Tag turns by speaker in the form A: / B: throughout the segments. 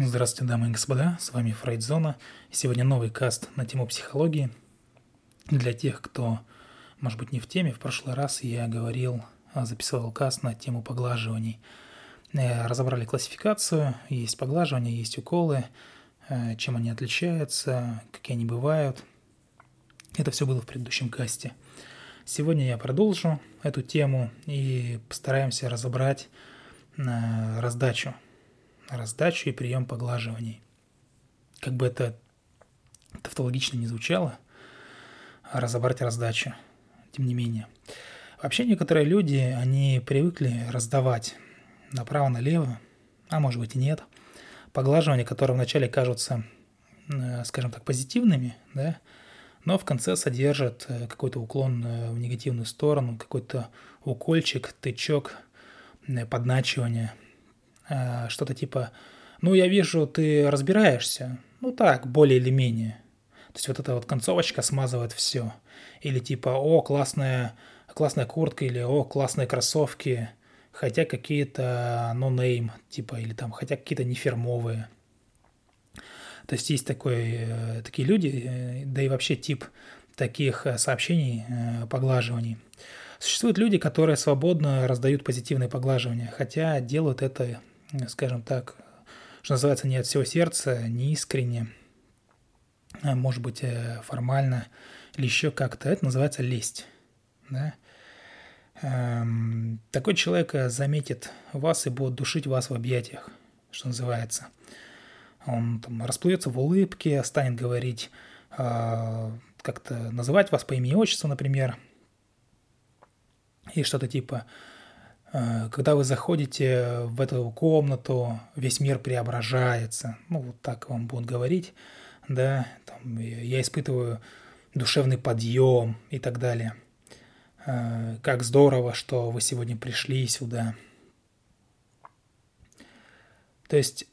A: Здравствуйте, дамы и господа, с вами Фрейдзона. Сегодня новый каст на тему психологии. Для тех, кто, может быть, не в теме, в прошлый раз я записывал каст на тему поглаживаний. Разобрали классификацию, есть поглаживания, есть уколы, чем они отличаются, какие они бывают. Это все было в предыдущем касте. Сегодня я продолжу эту тему и постараемся разобрать раздачу и прием поглаживаний. Как бы это тавтологично не звучало, разобрать раздачу, тем не менее. Вообще некоторые люди, они привыкли раздавать направо-налево, а может быть и нет, поглаживания, которые вначале кажутся, скажем так, позитивными, да, но в конце содержат какой-то уклон в негативную сторону, какой-то укольчик, тычок, подначивание, что-то типа «ну, я вижу, ты разбираешься». Ну так, более или менее. То есть вот эта вот концовочка смазывает все. Или типа «о, классная куртка» или «о, классные кроссовки», хотя какие-то no-name, типа, или там, хотя какие-то нефирмовые. То есть есть такие люди, да и вообще тип таких сообщений, поглаживаний. Существуют люди, которые свободно раздают позитивные поглаживания, хотя делают это, скажем так, что называется, не от всего сердца, не искренне, может быть, формально или еще как-то. Это называется лесть. Да? Такой человек заметит вас и будет душить вас в объятиях, что называется. Он там расплывется в улыбке, станет говорить, как-то называть вас по имени и отчеству, например, и что-то типа «когда вы заходите в эту комнату, весь мир преображается». Ну, вот так вам будут говорить, да, там, «я испытываю душевный подъем» и так далее. «Как здорово, что вы сегодня пришли сюда». То есть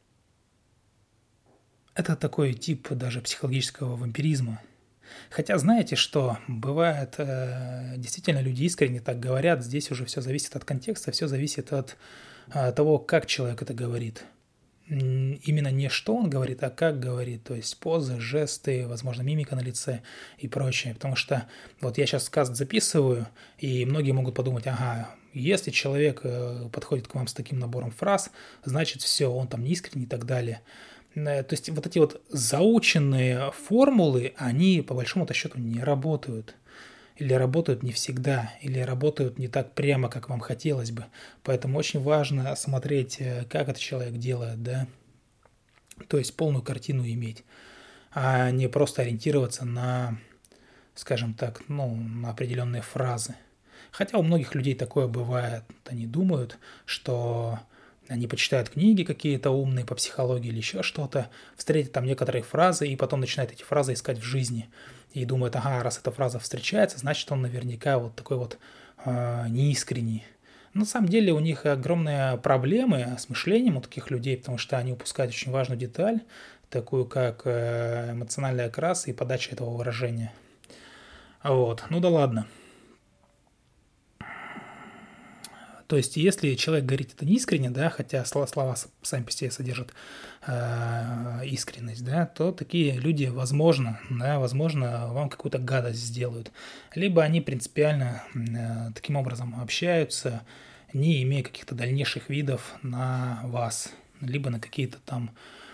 A: это такой тип даже психологического вампиризма. Хотя знаете что, бывает, действительно люди искренне так говорят, здесь уже все зависит от контекста, все зависит от того, как человек это говорит. Именно не что он говорит, а как говорит, то есть позы, жесты, возможно, мимика на лице и прочее. Потому что вот я сейчас каст записываю, и многие могут подумать, ага, если человек подходит к вам с таким набором фраз, значит все, он там неискренний и так далее. То есть вот эти вот заученные формулы, они по большому-то счету не работают. Или работают не всегда, или работают не так прямо, как вам хотелось бы. Поэтому очень важно смотреть, как этот человек делает, да. То есть полную картину иметь, а не просто ориентироваться на, скажем так, на определенные фразы. Хотя у многих людей такое бывает. Они думают, что они почитают книги какие-то умные по психологии или еще что-то, встретят там некоторые фразы и потом начинают эти фразы искать в жизни. И думают, ага, раз эта фраза встречается, значит он наверняка вот такой вот неискренний. Но на самом деле у них огромные проблемы с мышлением у таких людей, потому что они упускают очень важную деталь, такую как эмоциональный окрас и подача этого выражения. Вот, ну да ладно. То есть, если человек говорит это неискренне, да, хотя слова сами по себе содержат искренность, да, то такие люди, возможно, вам какую-то гадость сделают. Либо они принципиально таким образом общаются, не имея каких-то дальнейших видов на вас, либо на какие-то там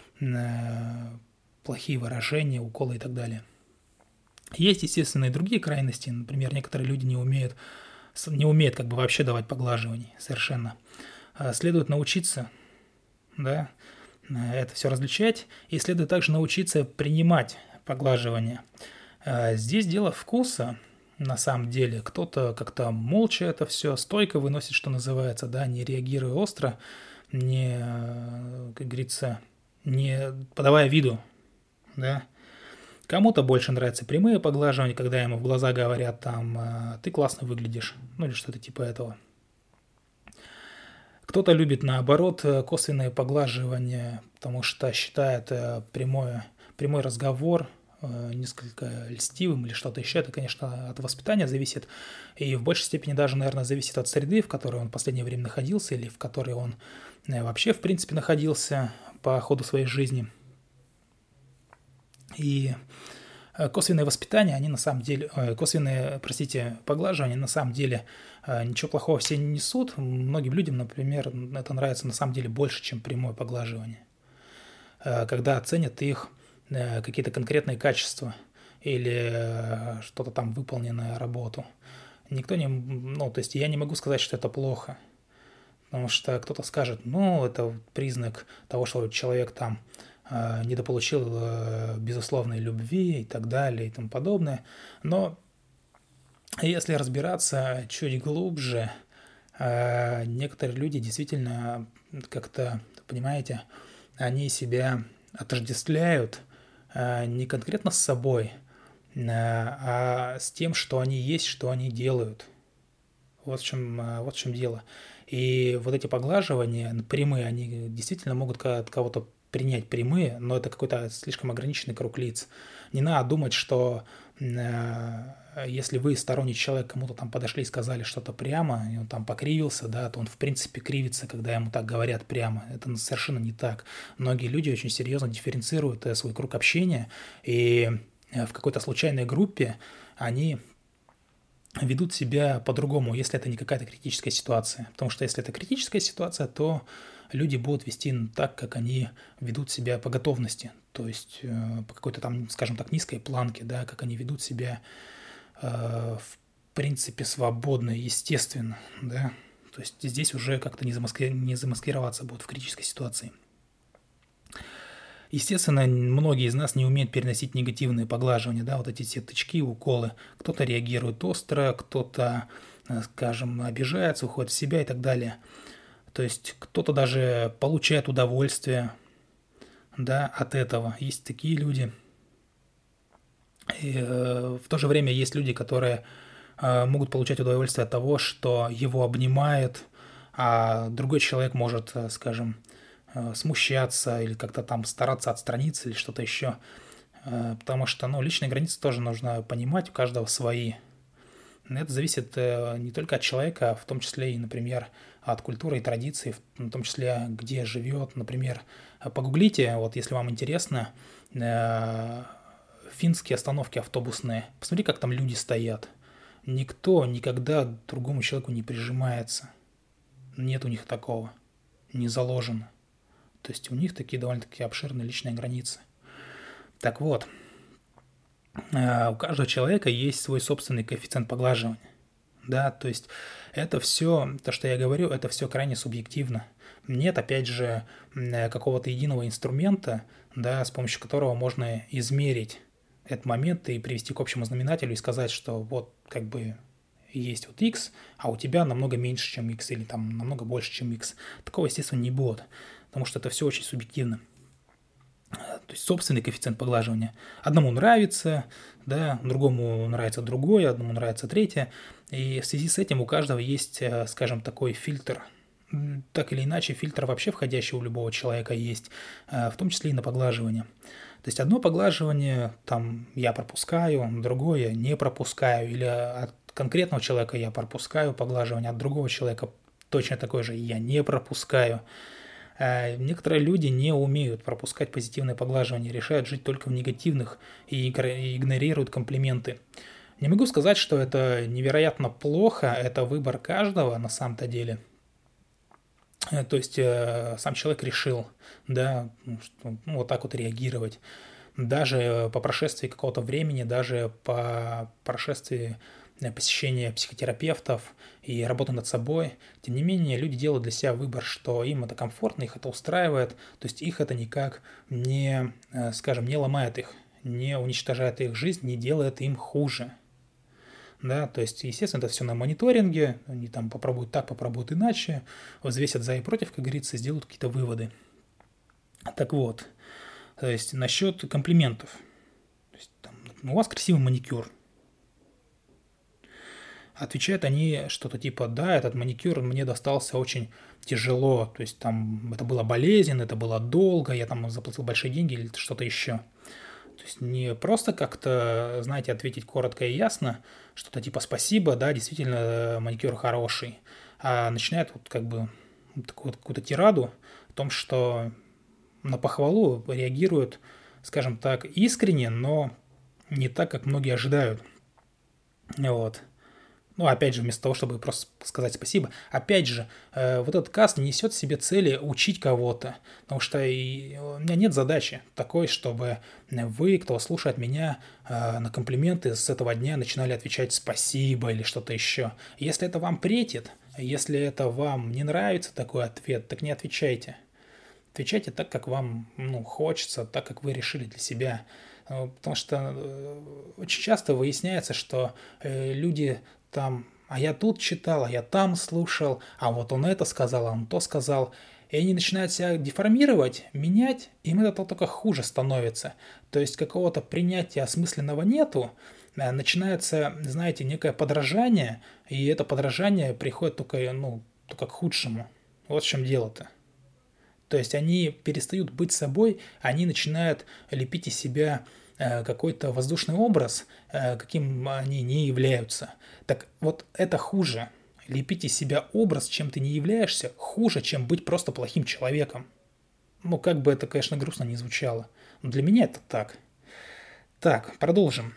A: плохие выражения, уколы и так далее. Есть, естественно, и другие крайности. Например, некоторые люди не умеют как бы вообще давать поглаживаний совершенно. Следует научиться, да, это все различать, и следует также научиться принимать поглаживания. Здесь дело вкуса, на самом деле. Кто-то как-то молча это все, стойко выносит, что называется, да, не реагируя остро, не, как говорится, не подавая виду, да. Кому-то больше нравятся прямые поглаживания, когда ему в глаза говорят там «ты классно выглядишь», ну или что-то типа этого. Кто-то любит, наоборот, косвенные поглаживания, потому что считает прямой разговор несколько льстивым или что-то еще. Это, конечно, от воспитания зависит. И в большей степени даже, наверное, зависит от среды, в которой он в последнее время находился или в которой он вообще, в принципе, находился. по ходу своей жизни. И косвенное воспитание, они на самом деле, косвенные, поглаживания на самом деле ничего плохого все не несут. Многим людям, например, это нравится на самом деле больше, чем прямое поглаживание. Когда оценят их какие-то конкретные качества или что-то там выполненная работу. Никто не, то есть я не могу сказать, что это плохо. Потому что кто-то скажет, это признак того, что человек там недополучил безусловной любви и так далее и тому подобное. Но если разбираться чуть глубже, некоторые люди действительно как-то, понимаете, они себя отождествляют не конкретно с собой, а с тем, что они есть, что они делают. Вот в чем дело. И вот эти поглаживания прямые, они действительно могут от кого-то принять прямые, но это какой-то слишком ограниченный круг лиц. Не надо думать, что если вы, сторонний человек, кому-то там подошли и сказали что-то прямо, и он там покривился, да, то он в принципе кривится, когда ему так говорят прямо. Это совершенно не так. Многие люди очень серьезно дифференцируют свой круг общения, и в какой-то случайной группе они ведут себя по-другому, если это не какая-то критическая ситуация. Потому что если это критическая ситуация, то люди будут вести так, как они ведут себя по готовности. То есть по какой-то там, скажем так, низкой планке, да, как они ведут себя в принципе свободно, естественно, да. То есть здесь уже как-то не замаскироваться будут в критической ситуации. Естественно, многие из нас не умеют переносить негативные поглаживания, да, вот эти все тычки, уколы. Кто-то реагирует остро, кто-то, скажем, обижается, уходит в себя и так далее. То есть кто-то даже получает удовольствие, да, от этого. Есть такие люди. И в то же время есть люди, которые могут получать удовольствие от того, что его обнимает, а другой человек может, скажем, смущаться или как-то там стараться отстраниться или что-то еще. Потому что, личные границы тоже нужно понимать, у каждого свои. Это зависит не только от человека, а в том числе и, например, от культуры и традиций, в том числе, где живет, например. Погуглите, вот если вам интересно, финские остановки автобусные. Посмотри, как там люди стоят. Никто никогда к другому человеку не прижимается. Нет у них такого. Не заложено. То есть у них такие довольно-таки обширные личные границы. Так вот, у каждого человека есть свой собственный коэффициент поглаживания. Да, то есть это все, то, что я говорю, это все крайне субъективно. Нет, опять же, какого-то единого инструмента, да, с помощью которого можно измерить этот момент и привести к общему знаменателю и сказать, что вот как бы есть вот x, а у тебя намного меньше, чем x, или там намного больше, чем x. Такого, естественно, не будет, потому что это все очень субъективно. То есть собственный коэффициент поглаживания. Одному нравится, да, другому нравится другое, одному нравится третье. И в связи с этим у каждого есть, скажем, такой фильтр. Так или иначе, фильтр вообще входящий у любого человека есть, в том числе и на поглаживание. То есть одно поглаживание там я пропускаю, другое не пропускаю, или от конкретного человека я пропускаю поглаживание, от другого человека точно такое же я не пропускаю. Некоторые люди не умеют пропускать позитивное поглаживание, решают жить только в негативных и игнорируют комплименты. Не могу сказать, что это невероятно плохо, это выбор каждого на самом-то деле. То есть сам человек решил, да, что, вот так вот реагировать. Даже по прошествии какого-то времени, даже по прошествии посещения психотерапевтов и работы над собой, тем не менее люди делают для себя выбор, что им это комфортно, их это устраивает, то есть их это никак не, скажем, не ломает их, не уничтожает их жизнь, не делает им хуже. Да, то есть, естественно, это все на мониторинге, они там попробуют так, попробуют иначе, взвесят за и против, как говорится, сделают какие-то выводы. Так вот, то есть насчет комплиментов. То есть, там, у вас красивый маникюр. Отвечают они что-то типа, да, этот маникюр мне достался очень тяжело, то есть там это было болезненно, это было долго, я там заплатил большие деньги или что-то еще. То есть не просто как-то, знаете, ответить коротко и ясно, что-то типа спасибо, да, действительно маникюр хороший, а начинает вот как бы такую вот какую-то тираду о том, что на похвалу реагируют, скажем так, искренне, но не так, как многие ожидают. Вот. Ну, опять же, вместо того, чтобы просто сказать спасибо. Опять же, вот этот каст не несет в себе цели учить кого-то, потому что у меня нет задачи такой, чтобы вы, кто слушает меня, на комплименты с этого дня начинали отвечать спасибо или что-то еще. Если это вам претит, если это вам не нравится такой ответ, так не отвечайте. Отвечайте так, как вам хочется, так, как вы решили для себя. Потому что очень часто выясняется, что люди там, а я тут читал, а я там слушал, а вот он это сказал, а он то сказал. И они начинают себя деформировать, менять, им это только хуже становится. То есть какого-то принятия осмысленного нету, начинается, знаете, некое подражание, и это подражание приходит только к худшему. Вот в чем дело-то. То есть они перестают быть собой, они начинают лепить из себя какой-то воздушный образ, каким они не являются. Так вот это хуже. Лепить из себя образ, чем ты не являешься, хуже, чем быть просто плохим человеком. Ну, как бы это, конечно, грустно не звучало. Но для меня это так. Так, продолжим.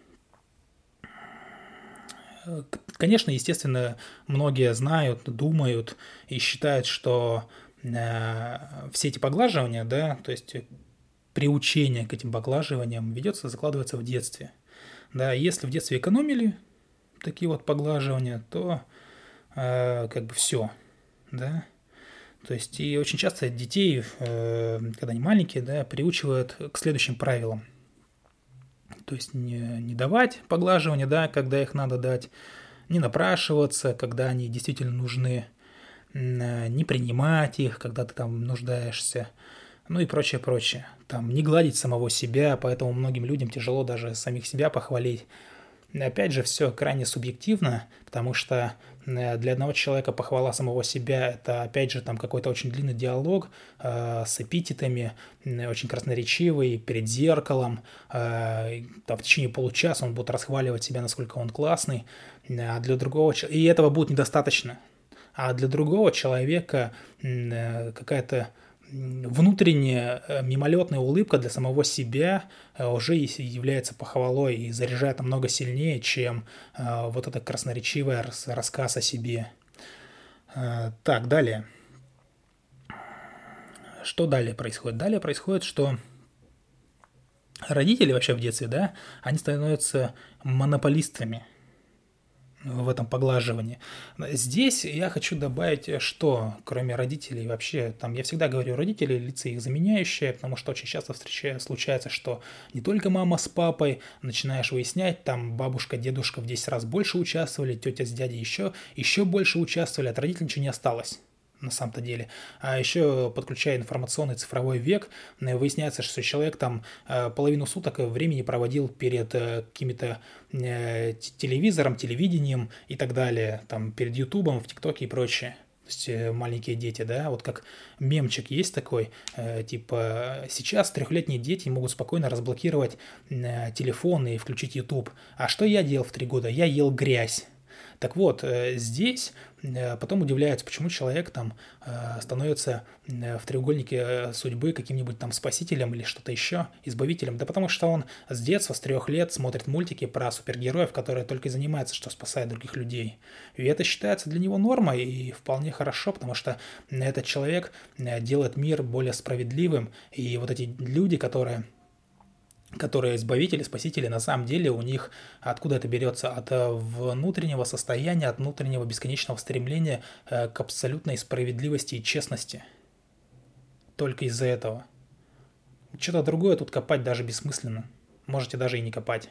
A: Конечно, естественно, многие знают, думают и считают, что все эти поглаживания, да, то есть приучение к этим поглаживаниям закладывается в детстве. Да, если в детстве экономили такие вот поглаживания, то как бы все, да. То есть и очень часто детей, когда они маленькие, да, приучивают к следующим правилам. То есть не давать поглаживания, да, когда их надо дать, не напрашиваться, когда они действительно нужны, не принимать их, когда ты там нуждаешься, ну и прочее, прочее. Там не гладить самого себя, поэтому многим людям тяжело даже самих себя похвалить. Опять же, все крайне субъективно, потому что для одного человека похвала самого себя – это, опять же, там какой-то очень длинный диалог с эпитетами, очень красноречивый, перед зеркалом. Там, в течение получаса он будет расхваливать себя, насколько он классный. А для другого и этого будет недостаточно. А для другого человека какая-то внутренняя мимолетная улыбка для самого себя уже является похвалой и заряжает намного сильнее, чем вот это красноречивый рассказ о себе. Так, далее. Что далее происходит? Далее происходит, что родители вообще в детстве, да, они становятся монополистами в этом поглаживании. Здесь я хочу добавить, что кроме родителей вообще, там я всегда говорю родители, лица их заменяющие, потому что очень часто случается, что не только мама с папой, начинаешь выяснять, там бабушка, дедушка в 10 раз больше участвовали, тетя с дядей еще больше участвовали, от родителей ничего не осталось на самом-то деле. А еще подключая информационный цифровой век, выясняется, что человек там половину суток времени проводил перед какими-то телевизором, телевидением и так далее, там перед Ютубом, в ТикТоке и прочее. То есть маленькие дети, да, вот как мемчик есть такой, типа сейчас 3-летние дети могут спокойно разблокировать телефон и включить YouTube. А что я делал в 3 года? Я ел грязь. Так вот, здесь потом удивляются, почему человек там становится в треугольнике судьбы каким-нибудь там спасителем или что-то еще, избавителем. Да потому что он с детства, с 3 лет смотрит мультики про супергероев, которые только и занимаются, что спасают других людей. И это считается для него нормой и вполне хорошо, потому что этот человек делает мир более справедливым. И вот эти люди, которые избавители, спасители, на самом деле у них откуда это берется? От внутреннего состояния, от внутреннего бесконечного стремления к абсолютной справедливости и честности. Только из-за этого. Что-то другое тут копать даже бессмысленно. Можете даже и не копать.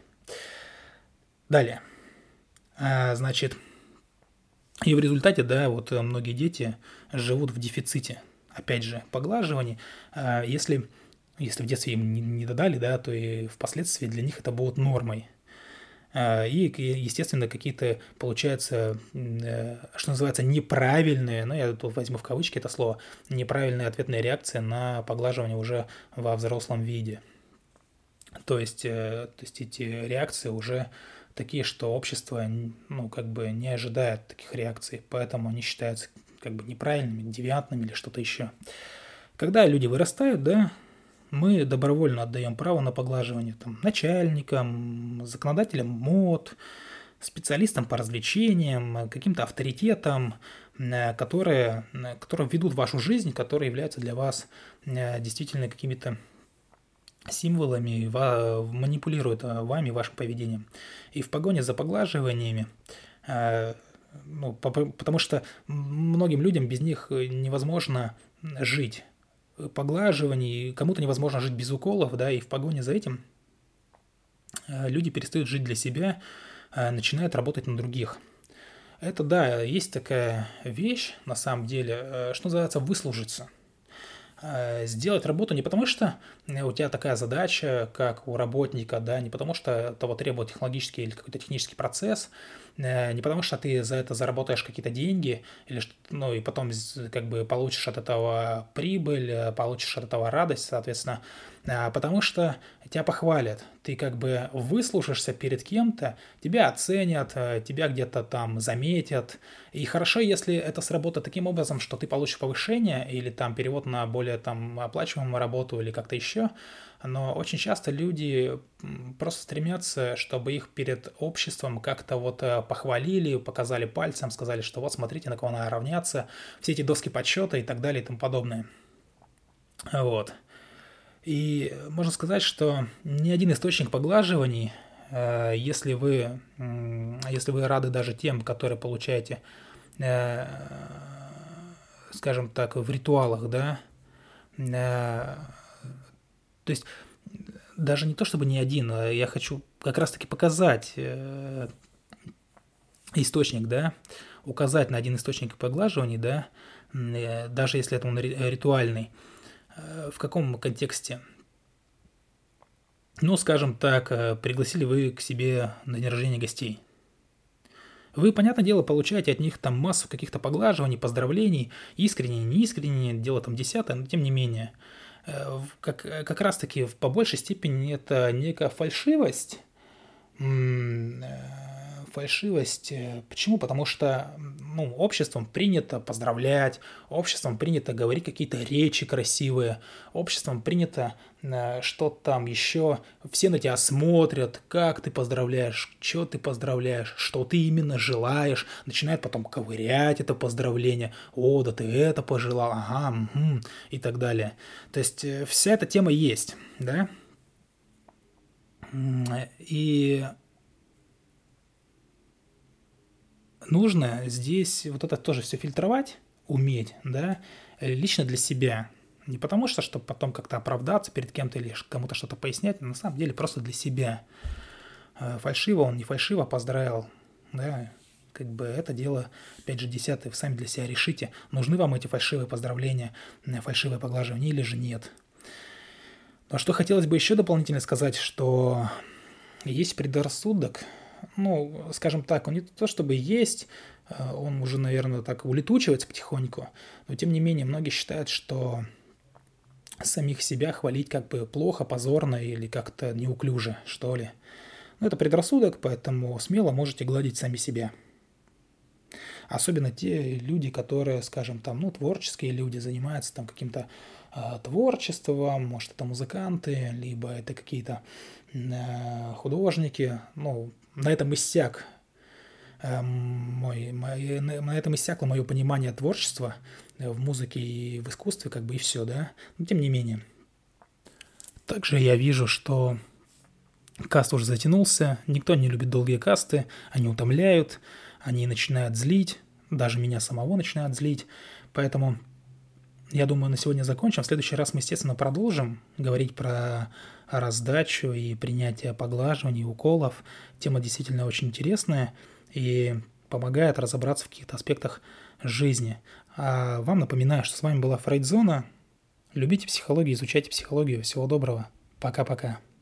A: Далее. Значит, и в результате, да, вот многие дети живут в дефиците. Опять же, поглаживание. Если в детстве им не додали, да, то и впоследствии для них это будет нормой. И, естественно, какие-то, получается, что называется, неправильные, ну, я тут возьму в кавычки это слово, неправильные ответные реакции на поглаживание уже во взрослом виде. То есть эти реакции уже такие, что общество, ну, как бы не ожидает таких реакций, поэтому они считаются как бы неправильными, девиантными или что-то еще. Когда люди вырастают, да, мы добровольно отдаем право на поглаживание там, начальникам, законодателям мод, специалистам по развлечениям, каким-то авторитетам, которые ведут вашу жизнь, которые являются для вас действительно какими-то символами, манипулируют вами, вашим поведением. И в погоне за поглаживаниями, потому что многим людям без них невозможно жить. Поглаживаний, кому-то невозможно жить без уколов, да, и в погоне за этим люди перестают жить для себя, начинают работать на других. Это, да, есть такая вещь, на самом деле, что называется выслужиться. Сделать работу не потому, что у тебя такая задача, как у работника, да, не потому, что того требует технологический или какой-то технический процесс, не потому, что ты за это заработаешь какие-то деньги, или, и потом как бы получишь от этого прибыль, получишь от этого радость, соответственно, потому что тебя похвалят, ты как бы выслужишься перед кем-то, тебя оценят, тебя где-то там заметят, и хорошо, если это сработает таким образом, что ты получишь повышение или там перевод на более там оплачиваемую работу или как-то еще, но очень часто люди просто стремятся, чтобы их перед обществом как-то вот похвалили, показали пальцем, сказали, что вот смотрите, на кого надо равняться, все эти доски подсчета и так далее и тому подобное. Вот. И можно сказать, что ни один источник поглаживаний, если вы рады даже тем, которые получаете, скажем так, в ритуалах, да, то есть даже не то чтобы ни один, а я хочу как раз-таки показать источник, да, указать на один источник поглаживаний, да, даже если это он ритуальный. В каком контексте? Ну, скажем так, пригласили вы к себе на день рождения гостей. Вы, понятное дело, получаете от них там массу каких-то поглаживаний, поздравлений, искренние, неискренние, дело там десятое, но тем не менее. Как раз-таки по большей степени это некая фальшивость. Фальшивость. Почему? Потому что обществом принято поздравлять, обществом принято говорить какие-то речи красивые, обществом принято что-то там еще. Все на тебя смотрят, как ты поздравляешь, что ты поздравляешь, что ты именно желаешь. Начинают потом ковырять это поздравление. О, да ты это пожелал, ага, и так далее. То есть вся эта тема есть, да? И нужно здесь вот это тоже все фильтровать, уметь, да, лично для себя. Не потому что, чтобы потом как-то оправдаться перед кем-то или кому-то что-то пояснять, но на самом деле просто для себя. Фальшиво он, не фальшиво поздравил, да, как бы это дело, опять же, десятое, вы сами для себя решите, нужны вам эти фальшивые поздравления, фальшивые поглаживания или же нет. Но что хотелось бы еще дополнительно сказать, что есть предрассудок, скажем так, он не то чтобы есть, он уже, наверное, так улетучивается потихоньку, но тем не менее многие считают, что самих себя хвалить как бы плохо, позорно или как-то неуклюже, что ли. Но это предрассудок, поэтому смело можете гладить сами себя. Особенно те люди, которые, скажем, там, творческие люди, занимаются там каким-то творчеством, может, это музыканты, либо это какие-то художники. На этом иссяк на этом иссякло мое понимание творчества в музыке и в искусстве, как бы и все, да. Но тем не менее. Также я вижу, что каст уже затянулся, никто не любит долгие касты, они утомляют, они начинают злить, даже меня самого начинают злить, поэтому я думаю, на сегодня закончим. В следующий раз мы, естественно, продолжим говорить про раздачу и принятие поглаживаний, уколов. Тема действительно очень интересная и помогает разобраться в каких-то аспектах жизни. А вам напоминаю, что с вами была Фрейдзона. Любите психологию, изучайте психологию. Всего доброго. Пока-пока.